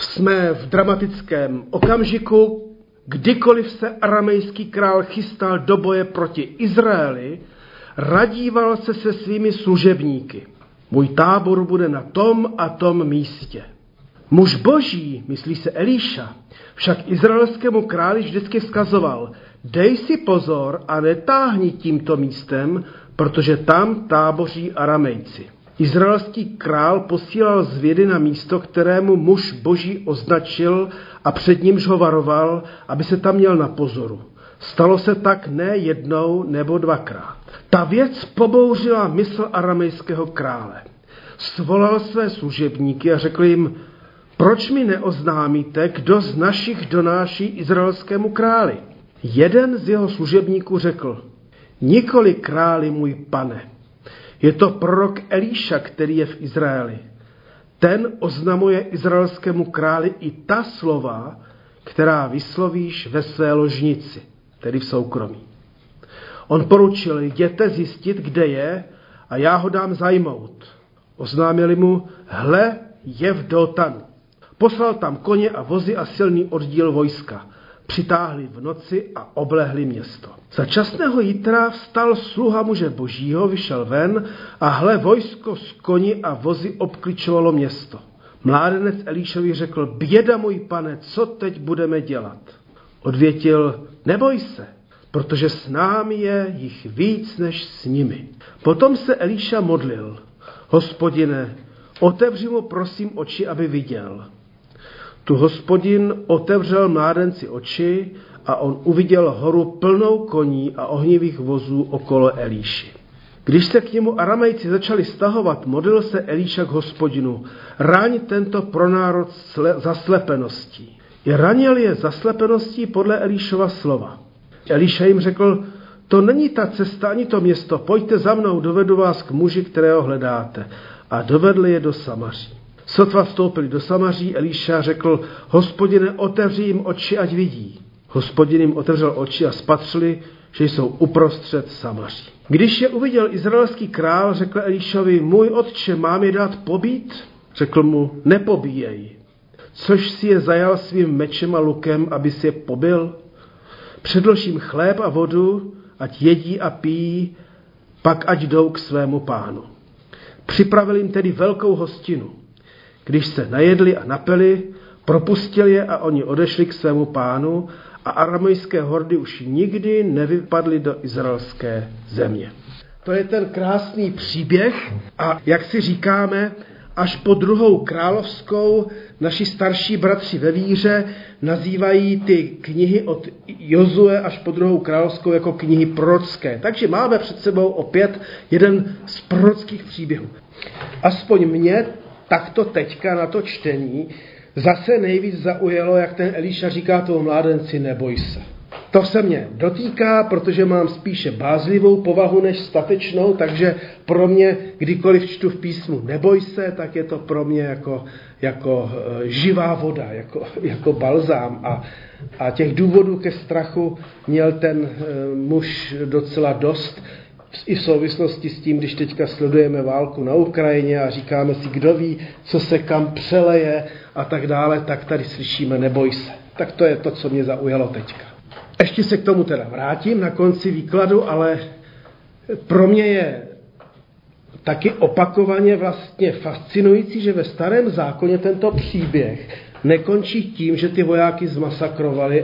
Jsme v dramatickém okamžiku, kdykoliv se aramejský král chystal do boje proti Izraeli, radíval se svými služebníky. Můj tábor bude na tom a tom místě. Muž boží, myslí se Elíša, však izraelskému králi vždycky vzkazoval: dej si pozor a netáhni tímto místem, protože tam táboří Aramejci. Izraelský král posílal zvědy na místo, kterému muž boží označil a před nímž ho varoval, aby se tam měl na pozoru. Stalo se tak ne jednou nebo dvakrát. Ta věc pobouřila mysl aramejského krále. Svolal své služebníky a řekl jim: proč mi neoznámíte, kdo z našich donáší izraelskému králi? Jeden z jeho služebníků řekl: nikoli králi, můj pane. Je to prorok Elíša, který je v Izraeli. Ten oznamuje izraelskému králi i ta slova, která vyslovíš ve své ložnici, tedy v soukromí. On poručil: jděte zjistit, kde je, a já ho dám zajmout. Oznámili mu: hle, je v Dotanu. Poslal tam koně a vozy a silný oddíl vojska. Přitáhli v noci a oblehli město. Za časného jitra vstal sluha muže božího, vyšel ven a hle, vojsko s koni a vozy obkličovalo město. Mládenec Elíšovi řekl: běda, můj pane, co teď budeme dělat? Odvětil: neboj se, protože s námi je jich víc než s nimi. Potom se Elíša modlil: Hospodine, otevři mu prosím oči, aby viděl. Tu Hospodin otevřel mládenci oči a on uviděl horu plnou koní a ohnivých vozů okolo Elíši. Když se k němu Aramejci začali stahovat, modlil se Elíša k Hospodinu: raň tento pronárod zaslepeností. I ranil je zaslepeností podle Elíšova slova. Elíša jim řekl: to není ta cesta ani to město, pojďte za mnou, dovedu vás k muži, kterého hledáte. A dovedli je do Samaří. Sotva vstoupili do Samaří, Elíša řekl: Hospodine, otevři jim oči, ať vidí. Hospodin jim otevřel oči a spatřili, že jsou uprostřed Samaří. Když je uviděl izraelský král, řekl Elíšovi: můj otče, mám je dát pobít? Řekl mu: nepobíjej. Což si je zajal svým mečem a lukem, aby si je pobil? Předlož jim chléb a vodu, ať jedí a pijí, pak ať jdou k svému pánu. Připravil jim tedy velkou hostinu. Když se najedli a napili, propustil je a oni odešli k svému pánu a aramejské hordy už nikdy nevypadly do izraelské země. To je ten krásný příběh a jak si říkáme, až po druhou královskou naši starší bratři ve víře nazývají ty knihy od Jozue až po druhou královskou jako knihy prorocké. Takže máme před sebou opět jeden z prorockých příběhů. Aspoň mě takto teďka na to čtení zase nejvíc zaujalo, jak ten Elíša říká tomu mládenci: neboj se. To se mě dotýká, protože mám spíše bázlivou povahu než statečnou, takže pro mě, kdykoliv čtu v písmu neboj se, tak je to pro mě jako živá voda, jako balzám. A těch důvodů ke strachu měl ten muž docela dost, i v souvislosti s tím, když teďka sledujeme válku na Ukrajině a říkáme si, kdo ví, co se kam přeleje a tak dále, tak tady slyšíme neboj se. Tak to je to, co mě zaujalo teďka. Ještě se k tomu teda vrátím na konci výkladu, ale pro mě je taky opakovaně vlastně fascinující, že ve Starém zákoně tento příběh nekončí tím, že ty vojáky zmasakrovali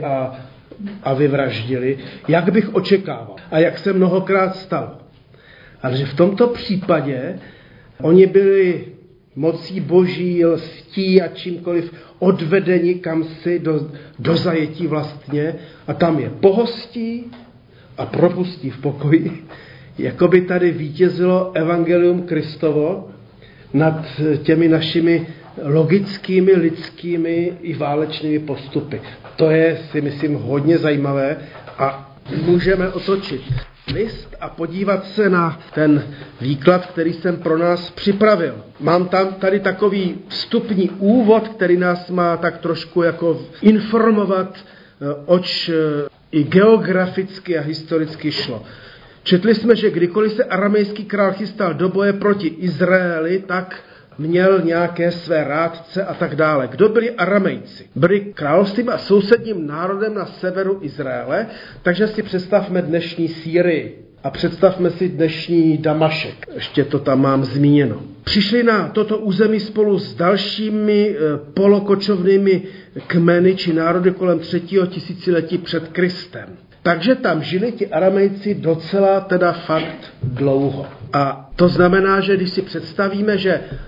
a vyvraždili, jak bych očekával a jak se mnohokrát stalo. Ale že v tomto případě oni byli mocí boží, lstí a čímkoliv odvedeni kamsi do zajetí vlastně a tam je pohostí a propustí v pokoji. Jakoby tady vítězilo evangelium Kristovo nad těmi našimi logickými, lidskými i válečnými postupy. To je, si myslím, hodně zajímavé a můžeme otočit list a podívat se na ten výklad, který jsem pro nás připravil. Mám tam tady takový vstupní úvod, který nás má tak trošku jako informovat, oč i geograficky a historicky šlo. Četli jsme, že kdykoliv se aramejský král chystal do boje proti Izraeli, tak měl nějaké své rádce a tak dále. Kdo byli Aramejci? Byli královstvím a sousedním národem na severu Izraele, takže si představme dnešní Sýrii a představme si dnešní Damašek. Ještě to tam mám zmíněno. Přišli na toto území spolu s dalšími polokočovnými kmeny či národy kolem 3. tisíciletí před Kristem. Takže tam žili ti Aramejci docela teda fakt dlouho. A to znamená, že když si představíme,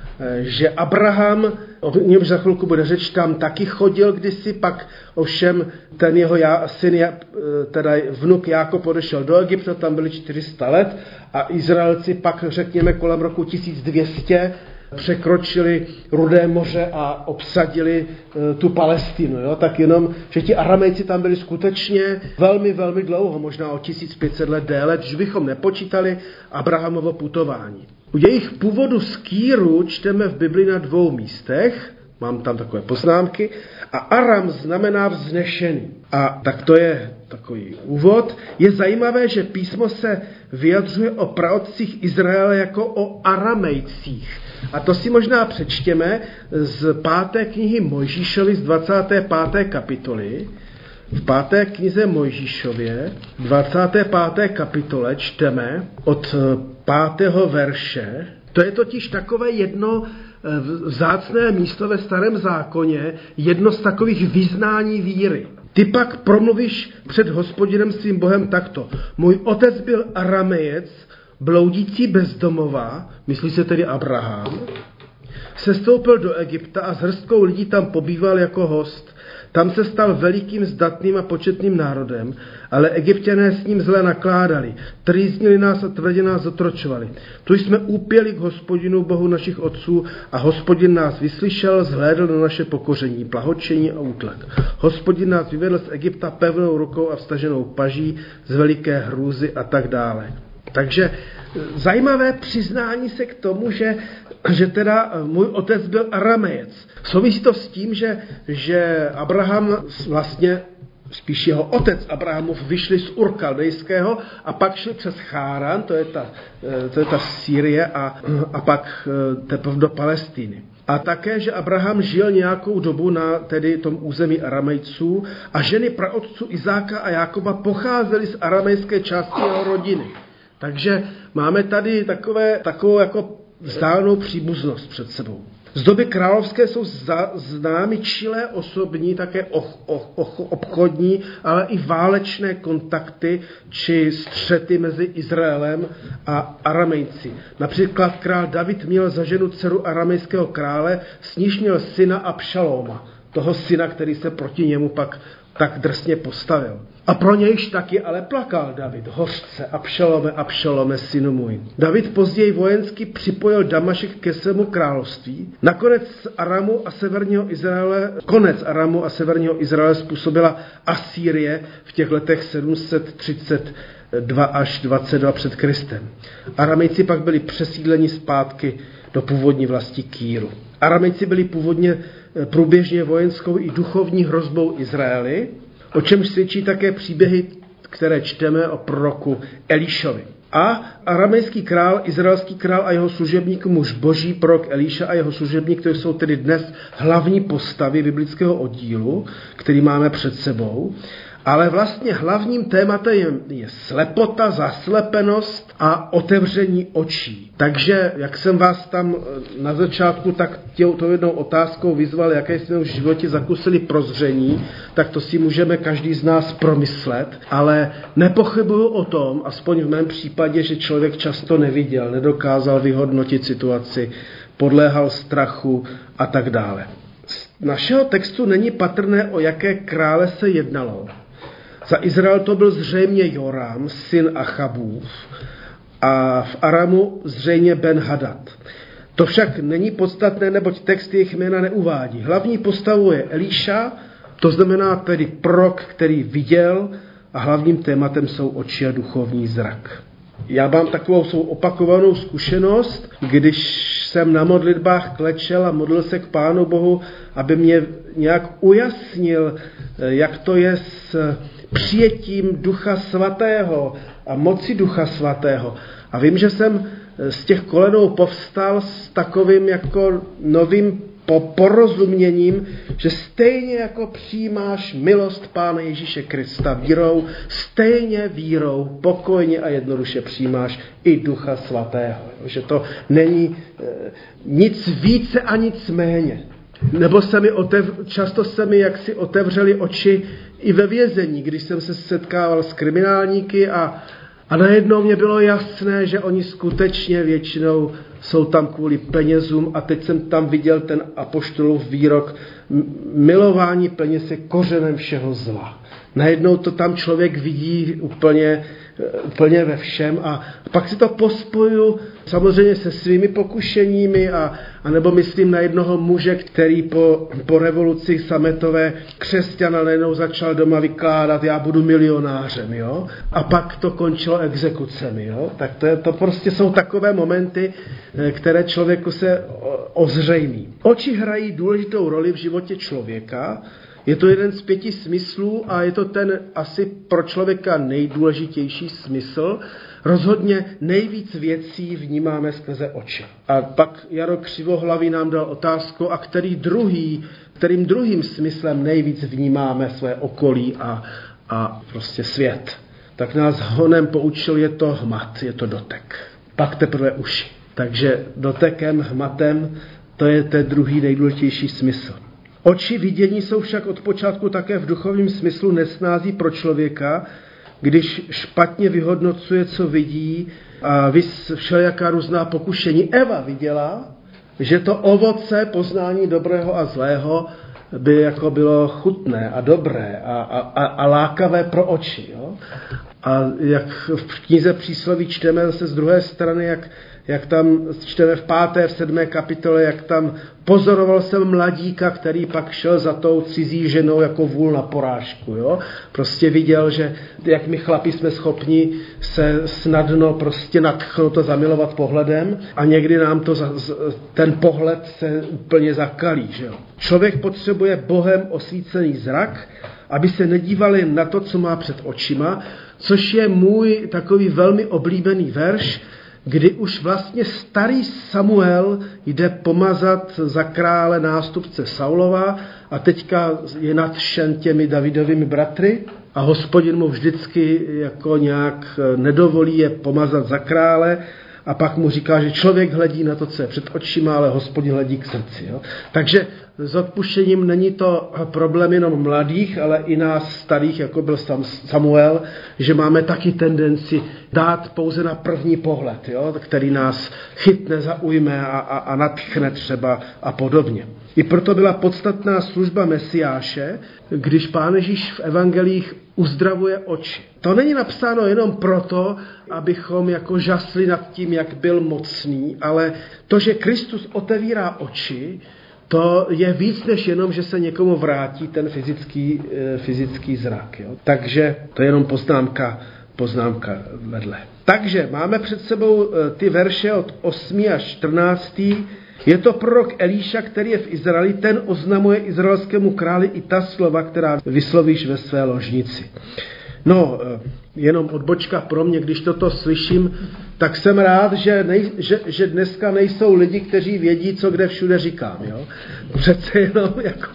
že Abraham, o němž za chvilku bude řeč, tam taky chodil kdysi, pak ovšem ten jeho syn, teda vnuk Jákob odešel do Egypta, tam byli 400 let a Izraelci pak řekněme kolem roku 1200 překročili Rudé moře a obsadili tu Palestinu. Jo? Tak jenom, že ti Aramejci tam byli skutečně velmi, velmi dlouho, možná o 1500 let déle, když bychom nepočítali Abrahamovo putování. U jejich původu z Kýru čteme v Bibli na 2 místech, mám tam takové poznámky, a Aram znamená vznešený. A tak to je takový úvod. Je zajímavé, že písmo se vyjadřuje o praotcích Izraele jako o Aramejcích. A to si možná přečtěme z 5. knihy Mojžíšovi z 25. kapitoly. V 5. knize Mojžíšově, 25. kapitole čteme od 5. verše. To je totiž takové jedno vzácné místo ve Starém zákoně, jedno z takových vyznání víry. Ty pak promluvíš před Hospodinem svým Bohem takto. Můj otec byl Aramejec, bloudící bezdomová, myslí se tedy Abraham, sestoupil do Egypta a s hrstkou lidí tam pobýval jako host. Tam se stal velikým, zdatným a početným národem, ale Egypťané s ním zle nakládali, trýznili nás a tvrdě nás zotročovali. Tu jsme úpěli k Hospodinu Bohu našich otců a Hospodin nás vyslyšel, zhlédl na naše pokoření, plahočení a útlak. Hospodin nás vyvedl z Egypta pevnou rukou a vstaženou paží, z veliké hrůzy a tak dále. Takže zajímavé přiznání se k tomu, že teda můj otec byl Aramejec. Souvisí to s tím, že Abraham vlastně, spíš jeho otec Abrahamův, vyšli z Ur Kaldejského a pak šli přes Cháran, to je ta Sýrie a pak teprve do Palestiny. A také, že Abraham žil nějakou dobu na tedy tom území Aramejců a ženy praotců Izáka a Jákoba pocházely z aramejské části jeho rodiny. Takže máme tady takovou jako vzdálenou příbuznost před sebou. Z doby královské jsou známy čilé osobní, také obchodní, ale i válečné kontakty či střety mezi Izraelem a Aramejci. Například král David měl za ženu dceru aramejského krále, s níž měl syna Abšalóma, toho syna, který se proti němu pak tak drsně postavil. A pro nějž taky ale plakal David hořce: Abšalome, Abšalome, synu můj. David později vojensky připojil Damašek ke svému království. Nakonec konec Aramu a severního Izraele způsobila Asýrie v těch letech 732 až 22 před Kristem. Aramejci pak byli přesídleni zpátky do původní vlasti Kýru. Aramejci byli průběžně vojenskou i duchovní hrozbou Izraeli, o čemž svědčí také příběhy, které čteme o proroku Elišovi. A aramejský král, izraelský král a jeho služebník, muž boží, prorok Eliša a jeho služebník, to jsou tedy dnes hlavní postavy biblického oddílu, který máme před sebou. Ale vlastně hlavním tématem je slepota, zaslepenost a otevření očí. Takže, jak jsem vás tam na začátku tak tou jednou otázkou vyzval, jaké jsme v životě zakusili prozření, tak to si můžeme každý z nás promyslet, ale nepochybuju o tom, aspoň v mém případě, že člověk často neviděl, nedokázal vyhodnotit situaci, podléhal strachu a tak dále. Z našeho textu není patrné, o jaké krále se jednalo. Za Izrael to byl zřejmě Joram, syn Achabův, a v Aramu zřejmě Ben-Hadad. To však není podstatné, neboť text jejich jména neuvádí. Hlavní postavou je Eliša, to znamená tedy prorok, který viděl, a hlavním tématem jsou oči a duchovní zrak. Já mám takovou svou opakovanou zkušenost, když jsem na modlitbách klečel a modlil se k Pánu Bohu, aby mě nějak ujasnil, jak to je s přijetím Ducha Svatého a moci Ducha Svatého. A vím, že jsem z těch kolenou povstal s takovým jako novým porozuměním, že stejně jako přijímáš milost Pána Ježíše Krista vírou, stejně vírou pokojně a jednoduše přijímáš i Ducha Svatého. Že to není nic více a nic méně. Nebo často se mi jaksi otevřely oči i ve vězení, když jsem se setkával s kriminálníky a najednou mě bylo jasné, že oni skutečně většinou jsou tam kvůli penězům a teď jsem tam viděl ten apoštolův výrok: milování peněz je kořenem všeho zla. Najednou to tam člověk vidí úplně ve všem a pak si to pospoju samozřejmě se svými pokušeními a nebo myslím na jednoho muže, který po revoluci sametové křesťana najednou začal doma vykládat: já budu milionářem, jo? A pak to končilo exekucemi, jo? Tak to prostě jsou takové momenty, které člověku se ozřejmí. Oči hrají důležitou roli v životě člověka. Je to jeden z 5 smyslů a je to ten asi pro člověka nejdůležitější smysl. Rozhodně nejvíc věcí vnímáme skrze oči. A pak Jaro Křivohlavý nám dal otázku, a kterým druhým smyslem nejvíc vnímáme své okolí a prostě svět. Tak nás honem poučil, je to hmat, je to dotek. Pak teprve uši. Takže dotekem, hmatem, to je ten druhý nejdůležitější smysl. Oči vidění jsou však od počátku také v duchovním smyslu nesnází pro člověka, když špatně vyhodnocuje, co vidí, a všelijaká různá pokušení. Eva viděla, že to ovoce poznání dobrého a zlého by jako bylo chutné a dobré a lákavé pro oči. Jo? A jak v knize Přísloví čteme zase z druhé strany, jak tam čteme v 5., v 7. kapitole, jak tam pozoroval jsem mladíka, který pak šel za tou cizí ženou jako vůl na porážku. Jo? Prostě viděl, že jak my chlapi jsme schopni se snadno prostě nadchnout a zamilovat pohledem a někdy nám ten pohled se úplně zakalí. Že jo? Člověk potřebuje Bohem osvícený zrak, aby se nedívali na to, co má před očima, což je můj takový velmi oblíbený verš, kdy už vlastně starý Samuel jde pomazat za krále nástupce Saulova a teďka je nadšen těmi Davidovými bratry a Hospodin mu vždycky jako nějak nedovolí je pomazat za krále a pak mu říká, že člověk hledí na to, co je před očima, ale Hospodin hledí k srdci. Jo? Takže s odpuštěním není to problém jenom mladých, ale i nás starých, jako byl Samuel, že máme taky tendenci dát pouze na první pohled, jo? Který nás chytne, zaujme a nadchne třeba a podobně. I proto byla podstatná služba Mesiáše, když Pán Ježíš v evangelích uzdravuje oči. To není napsáno jenom proto, abychom jako žasli nad tím, jak byl mocný, ale to, že Kristus otevírá oči, to je víc než jenom, že se někomu vrátí ten fyzický zrak. Jo? Takže to je jenom poznámka vedle. Takže máme před sebou ty verše od 8. až 14. Je to prorok Elíša, který je v Izraeli, ten oznamuje izraelskému králi i ta slova, která vyslovíš ve své ložnici. No, jenom odbočka pro mě, když toto slyším, tak jsem rád, že dneska nejsou lidi, kteří vědí, co kde všude říkám. Jo? Přece jenom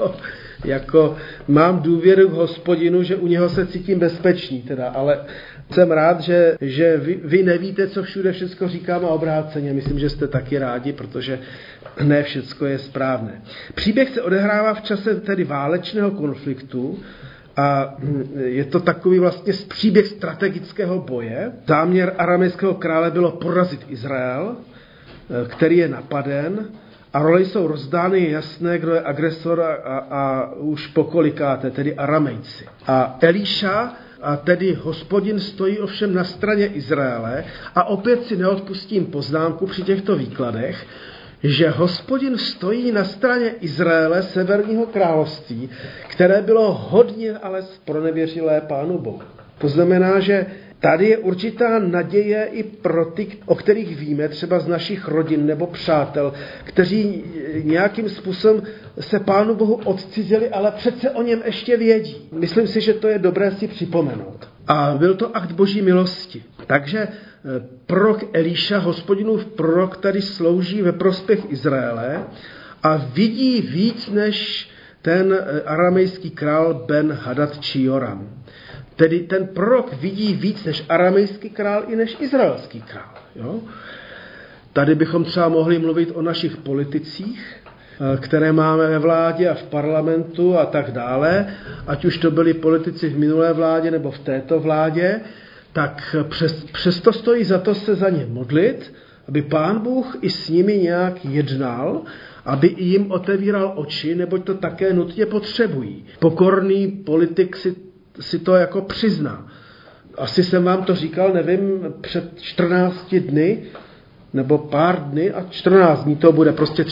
jako mám důvěru k Hospodinu, že u něho se cítím bezpečný, teda, ale jsem rád, že vy nevíte, co všude všechno říkám a obráceně. Myslím, že jste taky rádi, protože ne všecko je správné. Příběh se odehrává v čase tedy válečného konfliktu, a je to takový vlastně příběh strategického boje. Záměr aramejského krále bylo porazit Izrael, který je napaden, a role jsou rozdány, je jasné, kdo je agresor a už pokolikáte, tedy Aramejci. A Elíša, a tedy Hospodin, stojí ovšem na straně Izraele a opět si neodpustím poznámku při těchto výkladech, že Hospodin stojí na straně Izraele, severního království, které bylo hodně ale pronevěřilé Pánu Bohu. To znamená, že tady je určitá naděje i pro ty, o kterých víme, třeba z našich rodin nebo přátel, kteří nějakým způsobem se Pánu Bohu odcizili, ale přece o něm ještě vědí. Myslím si, že to je dobré si připomenout. A byl to akt boží milosti. Takže prorok Eliša, Hospodinův prorok, tady slouží ve prospěch Izraele a vidí víc než ten aramejský král Ben-Hadad či Joram. Tedy ten prorok vidí víc než aramejský král i než izraelský král. Jo? Tady bychom třeba mohli mluvit o našich politicích, které máme ve vládě a v parlamentu a tak dále, ať už to byli politici v minulé vládě nebo v této vládě, tak přesto stojí za to se za ně modlit, aby Pán Bůh i s nimi nějak jednal, aby i jim otevíral oči, neboť to také nutně potřebují. Pokorný politik si to jako přizná. Asi jsem vám to říkal, nevím, před 14 dny, nebo pár dny a 14 dní to bude, prostě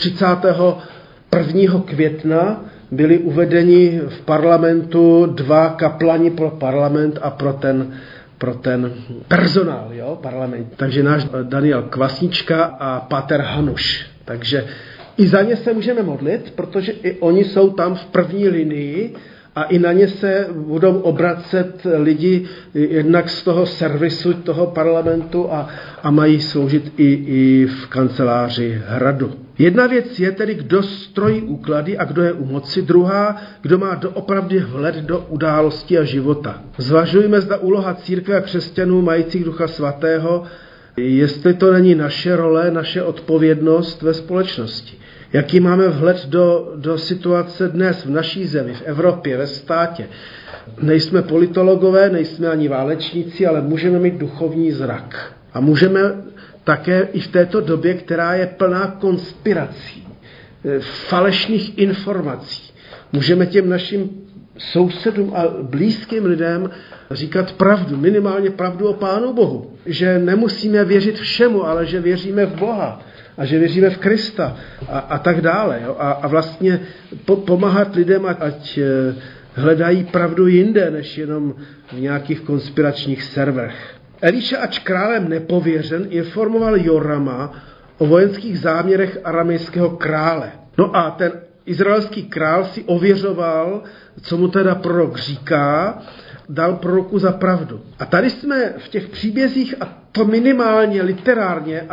31. května byli uvedeni v parlamentu 2 kaplani pro parlament a pro ten personál, jo, parlament. Takže náš Daniel Kvasnička a Páter Hanuš. Takže i za ně se můžeme modlit, protože i oni jsou tam v první linii a i na ně se budou obracet lidi jednak z toho servisu toho parlamentu a mají sloužit i v kanceláři hradu. Jedna věc je tedy, kdo strojí úklady a kdo je u moci, druhá, kdo má doopravdy vhled do události a života. Zvažujme, zda úloha církve a křesťanů majících Ducha Svatého, jestli to není naše role, naše odpovědnost ve společnosti. Jaký máme vhled do situace dnes v naší zemi, v Evropě, ve státě. Nejsme politologové, nejsme ani válečníci, ale můžeme mít duchovní zrak. A můžeme také i v této době, která je plná konspirací, falešných informací, můžeme těm našim sousedům a blízkým lidem říkat pravdu, minimálně pravdu o Pánu Bohu. Že nemusíme věřit všemu, ale že věříme v Boha a že věříme v Krista a tak dále. Jo? A vlastně pomáhat lidem, ať hledají pravdu jinde, než jenom v nějakých konspiračních serverech. Eliša, ač králem nepověřen, informoval Jorama o vojenských záměrech aramejského krále. No a ten izraelský král si ověřoval, co mu teda prorok říká, dal proroku za pravdu. A tady jsme v těch příbězích, a to minimálně literárně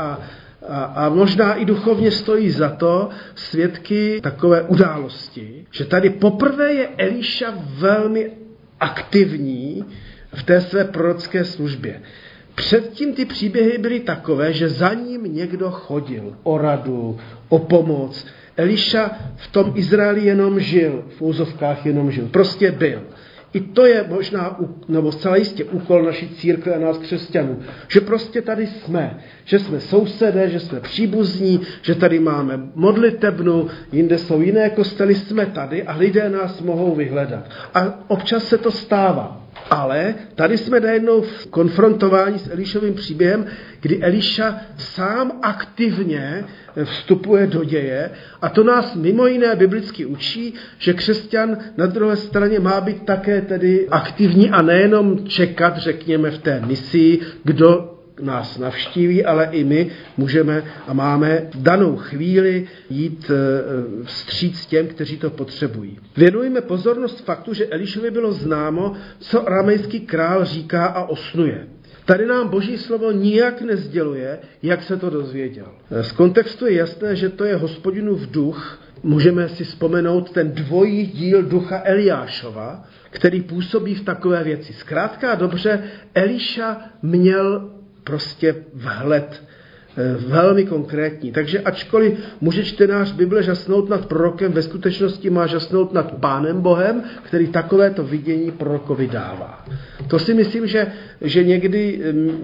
a možná i duchovně stojí za to, svědky takové události, že tady poprvé je Eliša velmi aktivní v té své prorocké službě. Předtím ty příběhy byly takové, že za ním někdo chodil o radu, o pomoc. Eliša v tom Izraeli jenom žil, v úzovkách jenom žil, prostě byl. I to je možná, nebo zcela jistě úkol naší církve a nás křesťanů, že prostě tady jsme, že jsme sousedé, že jsme příbuzní, že tady máme modlitebnu, jinde jsou jiné kostely, jsme tady a lidé nás mohou vyhledat. A občas se to stává. Ale tady jsme najednou v konfrontování s Elišovým příběhem, kdy Eliša sám aktivně vstupuje do děje a to nás mimo jiné biblicky učí, že křesťan na druhé straně má být také tedy aktivní a nejenom čekat, řekněme, v té misi, kdo nás navštíví, ale i my můžeme a máme v danou chvíli jít vstříc těm, kteří to potřebují. Věnujme pozornost faktu, že Elišovi bylo známo, co aramejský král říká a osnuje. Tady nám Boží slovo nijak nesděluje, jak se to dozvěděl. Z kontextu je jasné, že to je Hospodinův duch. Můžeme si vzpomenout ten dvojí díl ducha Eliášova, který působí v takové věci. Zkrátka dobře, Eliša měl prostě vhled velmi konkrétní. Takže ačkoliv může čtenář Bible žasnout nad prorokem, ve skutečnosti má žasnout nad Pánem Bohem, který takovéto vidění prorokovi dává. To si myslím, že někdy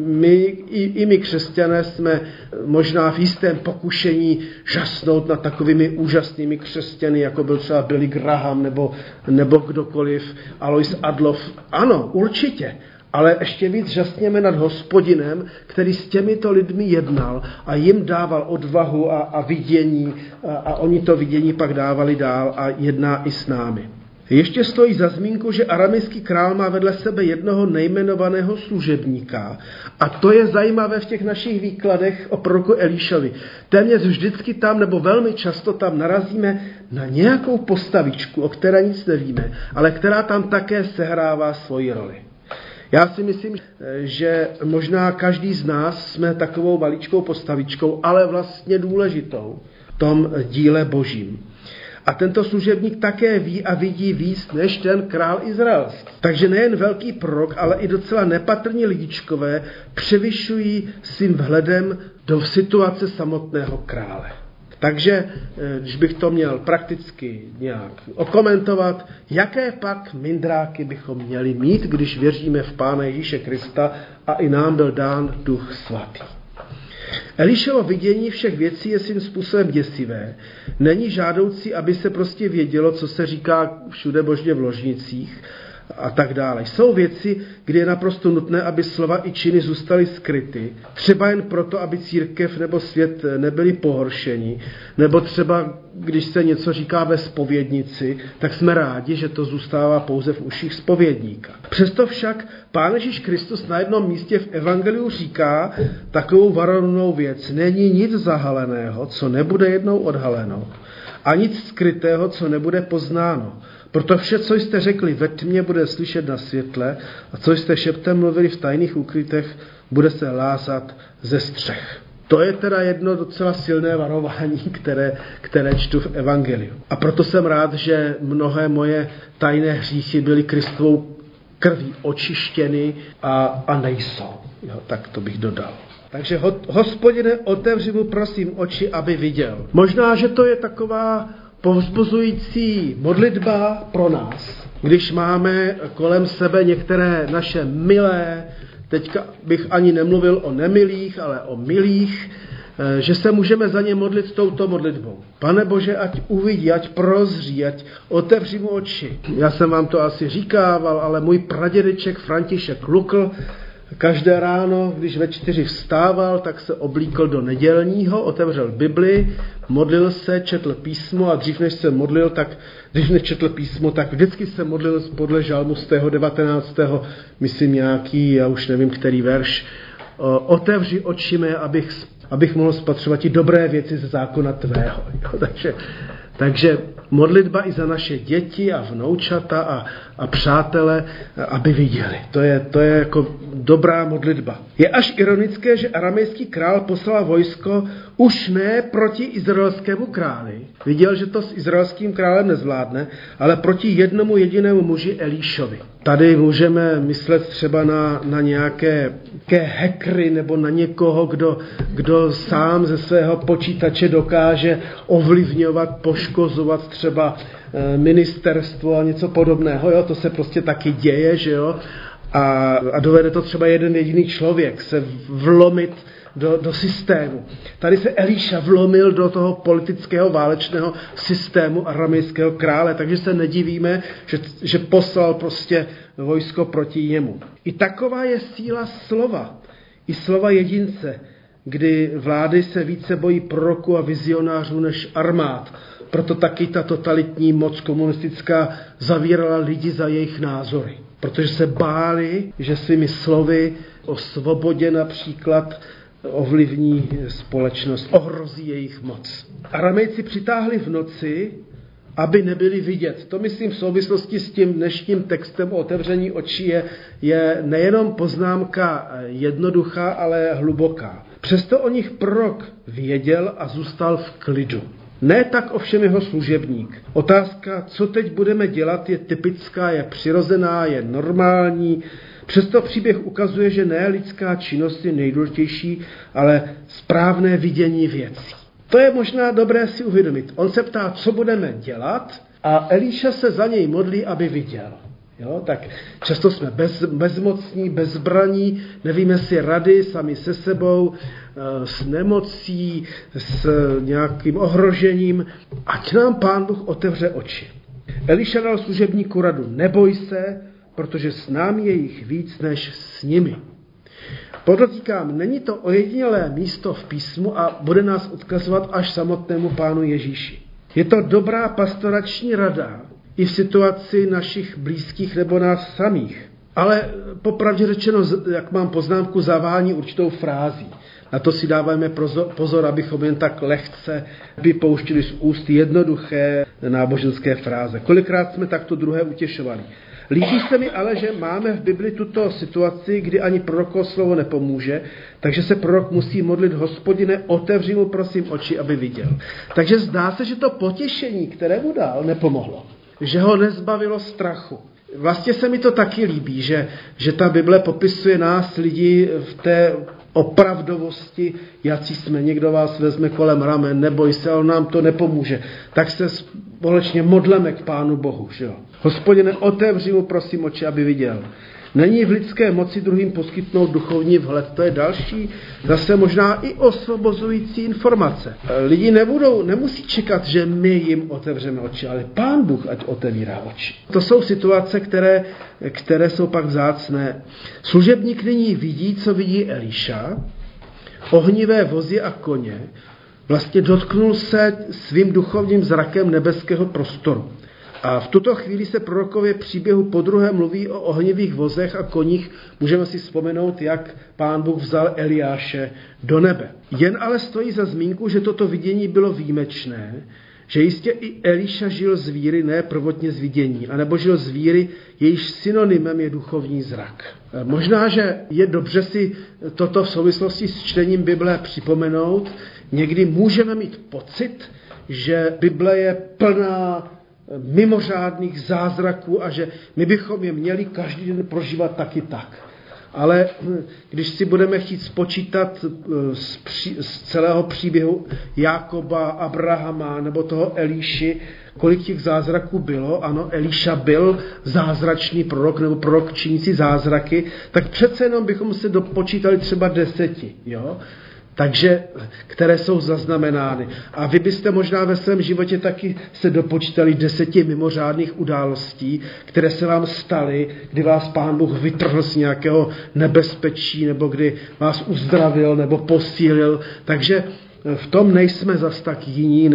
my křesťané jsme možná v jistém pokušení žasnout nad takovými úžasnými křesťany, jako byl třeba Billy Graham nebo kdokoliv, Alois Adloff. Ano, určitě. Ale ještě víc žasněme nad Hospodinem, který s těmito lidmi jednal a jim dával odvahu a vidění a oni to vidění pak dávali dál a jedná i s námi. Ještě stojí za zmínku, že aramejský král má vedle sebe jednoho nejmenovaného služebníka a to je zajímavé v těch našich výkladech o proroku Elišovi. Téměř vždycky tam nebo velmi často tam narazíme na nějakou postavičku, o které nic nevíme, ale která tam také sehrává svoji roli. Já si myslím, že možná každý z nás jsme takovou maličkou postavičkou, ale vlastně důležitou v tom díle Božím. A tento služebník také ví a vidí víc než ten král izraelský. Takže nejen velký prorok, ale i docela nepatrní lidičkové převyšují svým vhledem do situace samotného krále. Takže, když bych to měl prakticky nějak okomentovat, jaké pak mindráky bychom měli mít, když věříme v Pána Ježíše Krista a i nám byl dán Duch Svatý. Elišovo vidění všech věcí je svým způsobem děsivé. Není žádoucí, aby se prostě vědělo, co se říká všude božně v ložnicích a tak dále. Jsou věci, kde je naprosto nutné, aby slova i činy zůstaly skryty. Třeba jen proto, aby církev nebo svět nebyli pohoršeni. Nebo třeba, když se něco říká ve zpovědnici, tak jsme rádi, že to zůstává pouze v uších zpovědníka. Přesto však Pán Ježíš Kristus na jednom místě v evangeliu říká takovou varovnou věc. Není nic zahaleného, co nebude jednou odhaleno. A nic skrytého, co nebude poznáno. Proto vše, co jste řekli ve tmě, bude slyšet na světle a co jste šeptem mluvili v tajných úkrytech, bude se hlásat ze střech. To je teda jedno docela silné varování, které čtu v evangeliu. A proto jsem rád, že mnohé moje tajné hříchy byly Kristovou krví očištěny a nejsou. Jo, tak to bych dodal. Takže Hospodine, otevři mu prosím oči, aby viděl. Možná, že to je taková povzbuzující modlitba pro nás, když máme kolem sebe některé naše milé, teďka bych ani nemluvil o nemilých, ale o milých, že se můžeme za ně modlit touto modlitbou. Pane Bože, ať uvidí, ať prozří, ať otevří mu oči. Já jsem vám to asi říkával, ale můj pradědeček František Lukl každé ráno, když ve 4 vstával, tak se oblíkl do nedělního, otevřel Bibli, modlil se, četl písmo a dřív než četl písmo, tak vždycky se modlil podle žalmu z toho 19. myslím nějaký, já už nevím, který verš. Otevři oči mé, abych mohl spatřovat i dobré věci ze zákona tvého. Takže modlitba i za naše děti a vnoučata a přátele, aby viděli. To je jako dobrá modlitba. Je až ironické, že aramejský král poslal vojsko už ne proti izraelskému králi. Viděl, že to s izraelským králem nezvládne, ale proti jednomu jedinému muži Elíšovi. Tady můžeme myslet třeba na nějaké hackery nebo na někoho, kdo sám ze svého počítače dokáže ovlivňovat, poškozovat třeba ministerstvo a něco podobného. Jo? To se prostě taky děje, že jo? A dovede to třeba jeden jediný člověk se vlomit do systému. Tady se Elíša vlomil do toho politického válečného systému aramejského krále, takže se nedivíme, že poslal prostě vojsko proti němu. I taková je síla slova, i slova jedince, kdy vlády se více bojí proroků a vizionářů než armád. Proto taky ta totalitní moc komunistická zavírala lidi za jejich názory. Protože se báli, že svými slovy o svobodě například ovlivní společnost, ohrozí jejich moc. Aramejci přitáhli v noci, aby nebyli vidět. To myslím v souvislosti s tím dnešním textem o otevření očí je nejenom poznámka jednoduchá, ale hluboká. Přesto o nich prorok věděl a zůstal v klidu. Ne tak ovšem jeho služebník. Otázka, co teď budeme dělat, je typická, je přirozená, je normální. Přesto příběh ukazuje, že ne lidská činnost je nejdůležitější, ale správné vidění věcí. To je možná dobré si uvědomit. On se ptá, co budeme dělat, a Elíša se za něj modlí, aby viděl. Jo, tak často jsme bezmocní, bezbraní, nevíme si rady sami se sebou, s nemocí, s nějakým ohrožením. Ať nám Pán Bůh otevře oči. Eliša dal služebníku radu, neboj se, protože s námi je jich víc než s nimi. Podotýkám, není to ojedinělé místo v písmu a bude nás odkazovat až samotnému Pánu Ježíši. Je to dobrá pastorační rada i v situaci našich blízkých nebo nás samých. Ale popravdě řečeno, jak mám poznámku, zavání určitou frází. Na to si dáváme pozor, abychom jen tak lehce vypouštili z úst jednoduché náboženské fráze. Kolikrát jsme takto druhé utěšovali. Líbí se mi ale, že máme v Bibli tuto situaci, kdy ani prorokovo slovo nepomůže, takže se prorok musí modlit: Hospodine, otevři mu prosím oči, aby viděl. Takže zdá se, že to potěšení, které mu dal, nepomohlo. Že ho nezbavilo strachu. Vlastně se mi to taky líbí, že ta Bible popisuje nás, lidi, v té opravdovosti, jací jsme. Někdo vás vezme kolem ramen, neboj se, ale nám to nepomůže. Tak se společně modleme k Pánu Bohu. Že jo? Hospodine, otevři mu prosím oči, aby viděl. Není v lidské moci druhým poskytnout duchovní vhled. To je další, zase možná i osvobozující informace. Lidi nemusí čekat, že my jim otevřeme oči, ale Pán Bůh ať otevírá oči. To jsou situace, které jsou pak vzácné. Služebník nyní vidí, co vidí Eliša, ohnivé vozy a koně. Vlastně dotknul se svým duchovním zrakem nebeského prostoru. A v tuto chvíli se prorokově příběhu podruhé mluví o ohnivých vozech a koních. Můžeme si vzpomenout, jak Pán Bůh vzal Eliáše do nebe. Jen ale stojí za zmínku, že toto vidění bylo výjimečné, že jistě i Eliša žil z víry, ne prvotně z vidění, anebo žil z víry, jejíž synonymem je duchovní zrak. Možná, že je dobře si toto v souvislosti s čtením Bible připomenout. Někdy můžeme mít pocit, že Bible je plná mimořádných zázraků a že my bychom je měli každý den prožívat taky tak. Ale když si budeme chtít spočítat z celého příběhu Jákoba, Abrahama nebo toho Eliši, kolik těch zázraků bylo, ano, Eliša byl zázračný prorok nebo prorok činící zázraky, tak přece jenom bychom se dopočítali třeba 10, jo? Takže, které jsou zaznamenány. A vy byste možná ve svém životě taky se dopočítali 10 mimořádných událostí, které se vám staly, kdy vás Pán Bůh vytrhl z nějakého nebezpečí, nebo kdy vás uzdravil, nebo posílil. Takže v tom nejsme zas tak jiní,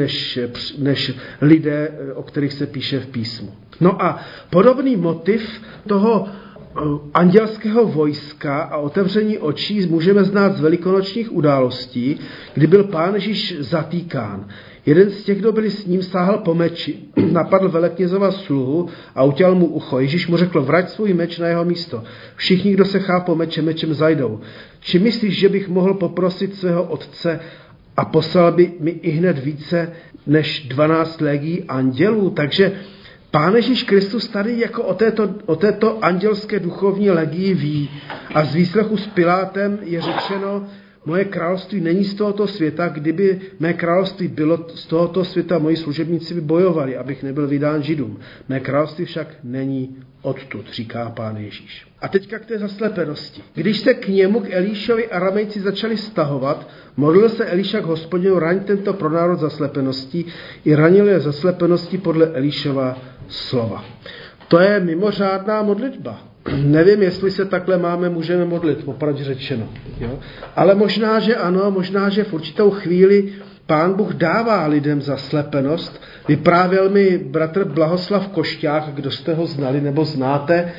než lidé, o kterých se píše v písmu. No a podobný motiv toho andělského vojska a otevření očí můžeme znát z velikonočních událostí, kdy byl Pán Ježíš zatýkán. Jeden z těch, kdo byli s ním, sáhl po meči, napadl veleknězova sluhu a utěl mu ucho. Ježíš mu řekl: vrať svůj meč na jeho místo. Všichni, kdo se chápou mečem zajdou. Či myslíš, že bych mohl poprosit svého otce a poslal by mi ihned více než 12 légií andělů? Takže Pán Ježíš Kristus tady jako o této andělské duchovní legii ví. A z výslechu s Pilátem je řečeno: moje království není z tohoto světa, kdyby mé království bylo z tohoto světa, moji služebníci by bojovali, abych nebyl vydán Židům. Mé království však není odtud, říká Pán Ježíš. A teďka k té zaslepenosti. Když se k němu, k Elišovi, Aramejci začali stahovat, modlil se Eliša k Hospodinu: raň tento pronárod zaslepeností, i ranil je zaslepeností podle Elišova slova. To je mimořádná modlitba. Nevím, jestli se takhle můžeme modlit, popravdě řečeno. Jo? Ale možná, že ano, možná, že v určitou chvíli Pán Bůh dává lidem zaslepenost. Vyprávěl mi bratr Blahoslav Košťák, kdo jste ho znali nebo znáte.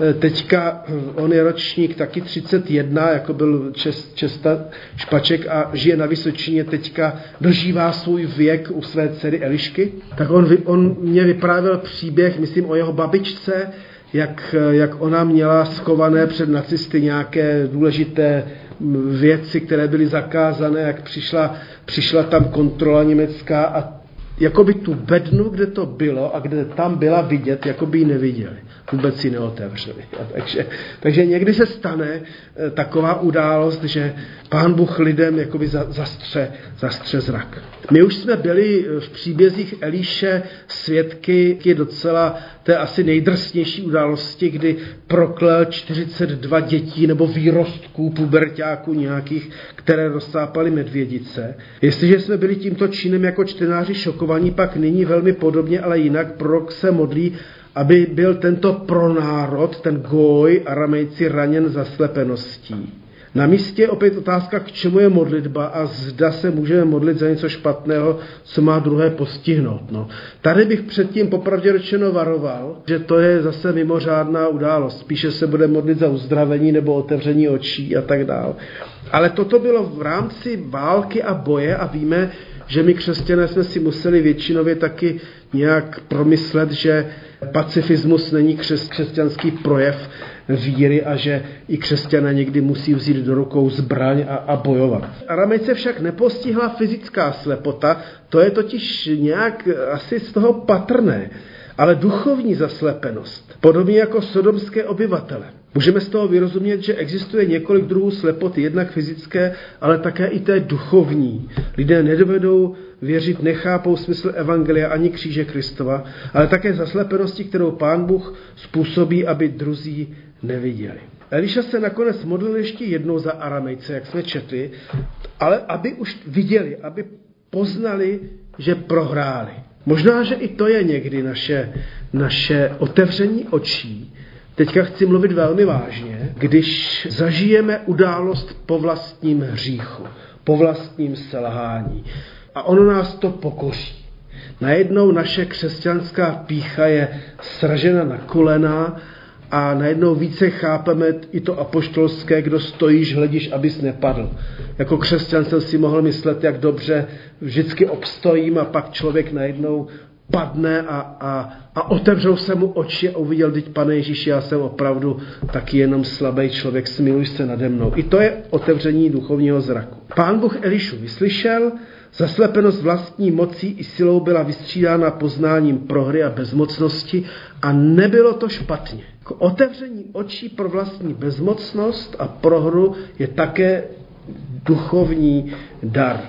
Teďka on je ročník taky 31, jako byl Česta Špaček a žije na Vysočině, teďka dožívá svůj věk u své dcery Elišky. Tak on mě vyprávěl příběh, myslím, o jeho babičce, jak ona měla schované před nacisty nějaké důležité věci, které byly zakázané, jak přišla tam kontrola německá a jakoby tu bednu, kde to bylo a kde tam byla vidět, jakoby ji neviděli. Vůbec ji neotevřeli. Takže někdy se stane taková událost, že Pán Bůh lidem jakoby zastře zrak. My už jsme byli v příbězích Eliše svědky docela té asi nejdrsnější události, kdy proklel 42 dětí nebo výrostků, puberťáků nějakých, které rozsápaly medvědice. Jestliže jsme byli tímto činem jako čtenáři šokovaní, pak nyní velmi podobně, ale jinak prorok se modlí, aby byl tento pronárod, ten Goj, Aramejci, raněn zaslepeností. Na místě opět otázka, k čemu je modlitba a zda se můžeme modlit za něco špatného, co má druhé postihnout. No. Tady bych předtím popravdě řečeno varoval, že to je zase mimořádná událost. Spíše se bude modlit za uzdravení nebo otevření očí a tak dále. Ale toto bylo v rámci války a boje a víme, že my křesťané jsme si museli většinově taky nějak promyslet, že pacifismus není křesťanský projev víry a že i křesťané někdy musí vzít do rukou zbraň a bojovat. Aramejce však nepostihla fyzická slepota, to je totiž nějak asi z toho patrné, ale duchovní zaslepenost, podobně jako sodomské obyvatele. Můžeme z toho vyrozumět, že existuje několik druhů slepoty, jednak fyzické, ale také i té duchovní. Lidé nedovedou věřit, nechápou smysl evangelia ani kříže Kristova, ale také zaslepenosti, kterou Pán Bůh způsobí, aby druzí neviděli. Eliša se nakonec modlil ještě jednou za Aramejce, jak jsme četli, ale aby už viděli, aby poznali, že prohráli. Možná, že i to je někdy naše otevření očí. Teďka chci mluvit velmi vážně, když zažijeme událost po vlastním hříchu, po vlastním selhání. A ono nás to pokoří. Najednou naše křesťanská pýcha je sražena na kolena a najednou více chápeme i to apoštolské, kdo stojíš, hledíš, abys nepadl. Jako křesťan jsem si mohl myslet, jak dobře vždycky obstojím a pak člověk najednou padne a otevřou se mu oči a uviděl, teď Pane Ježíši, já jsem opravdu taky jenom slabý člověk, smiluj se nade mnou. I to je otevření duchovního zraku. Pán Bůh Elišu vyslyšel, zaslepenost vlastní mocí i silou byla vystřídána poznáním prohry a bezmocnosti a nebylo to špatně. Otevření očí pro vlastní bezmocnost a prohru je také duchovní dar.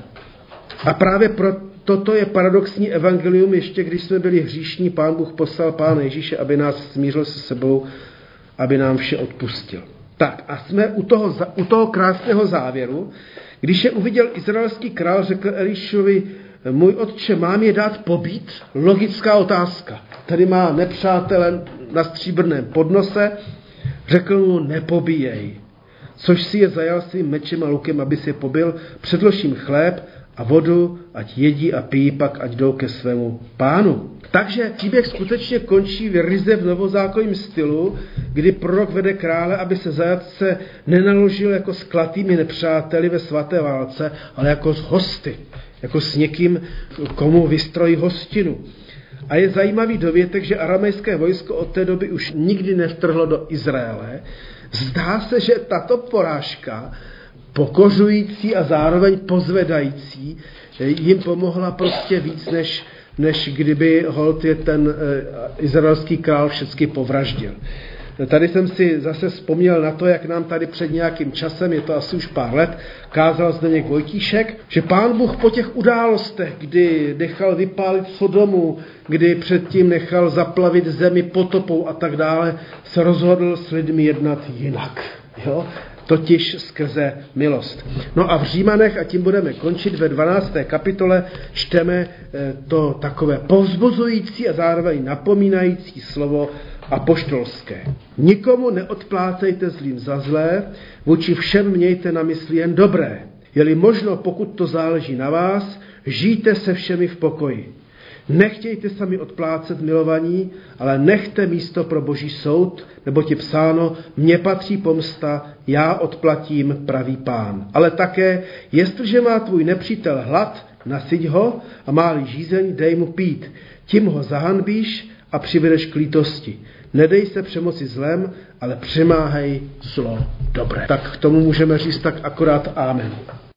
A právě toto je paradoxní evangelium, ještě když jsme byli hříšní, Pán Bůh poslal Pána Ježíše, aby nás smířil se sebou, aby nám vše odpustil. Tak a jsme u toho krásného závěru. Když je uviděl izraelský král, řekl Elišovi, můj otče, mám je dát pobít? Logická otázka. Tady má nepřátele na stříbrném podnose, řekl mu, nepobíjej. Což si je zajal svým mečem a lukem, aby si je pobil, předlož jim chléb a vodu, ať jedí a pijí, pak ať jdou ke svému pánu. Takže příběh skutečně končí v ryze v novozákonním stylu, kdy prorok vede krále, aby se zajatce nenaložil jako s klatými nepřáteli ve svaté válce, ale jako s hosty, jako s někým, komu vystrojí hostinu. A je zajímavý dovětek, že aramejské vojsko od té doby už nikdy nevtrhlo do Izraele. Zdá se, že tato porážka, pokořující a zároveň pozvedající, jim pomohla prostě víc, než kdyby holt je ten izraelský král všechny povraždil. Tady jsem si zase vzpomněl na to, jak nám tady před nějakým časem, je to asi už pár let, kázal Zdeněk Vojtíšek, že Pán Bůh po těch událostech, kdy nechal vypálit Sodomu, kdy předtím nechal zaplavit zemi potopou a tak dále, se rozhodl s lidmi jednat jinak. Jo? Totiž skrze milost. No a v Římanech, a tím budeme končit, ve 12. kapitole čteme to takové povzbuzující a zároveň napomínající slovo apoštolské. Nikomu neodplácejte zlým za zlé, vůči všem mějte na mysli jen dobré. Je-li možno, pokud to záleží na vás, žijte se všemi v pokoji. Nechtějte sami odplácet milovaní, ale nechte místo pro Boží soud, neboť je psáno, mně patří pomsta, já odplatím, pravý Pán. Ale také, jestliže má tvůj nepřítel hlad, nasyť ho a má-li žízeň, dej mu pít. Tím ho zahanbíš a přivedeš k lítosti. Nedej se přemoci zlem, ale přemáhej zlo dobré. Tak k tomu můžeme říct tak akorát amen.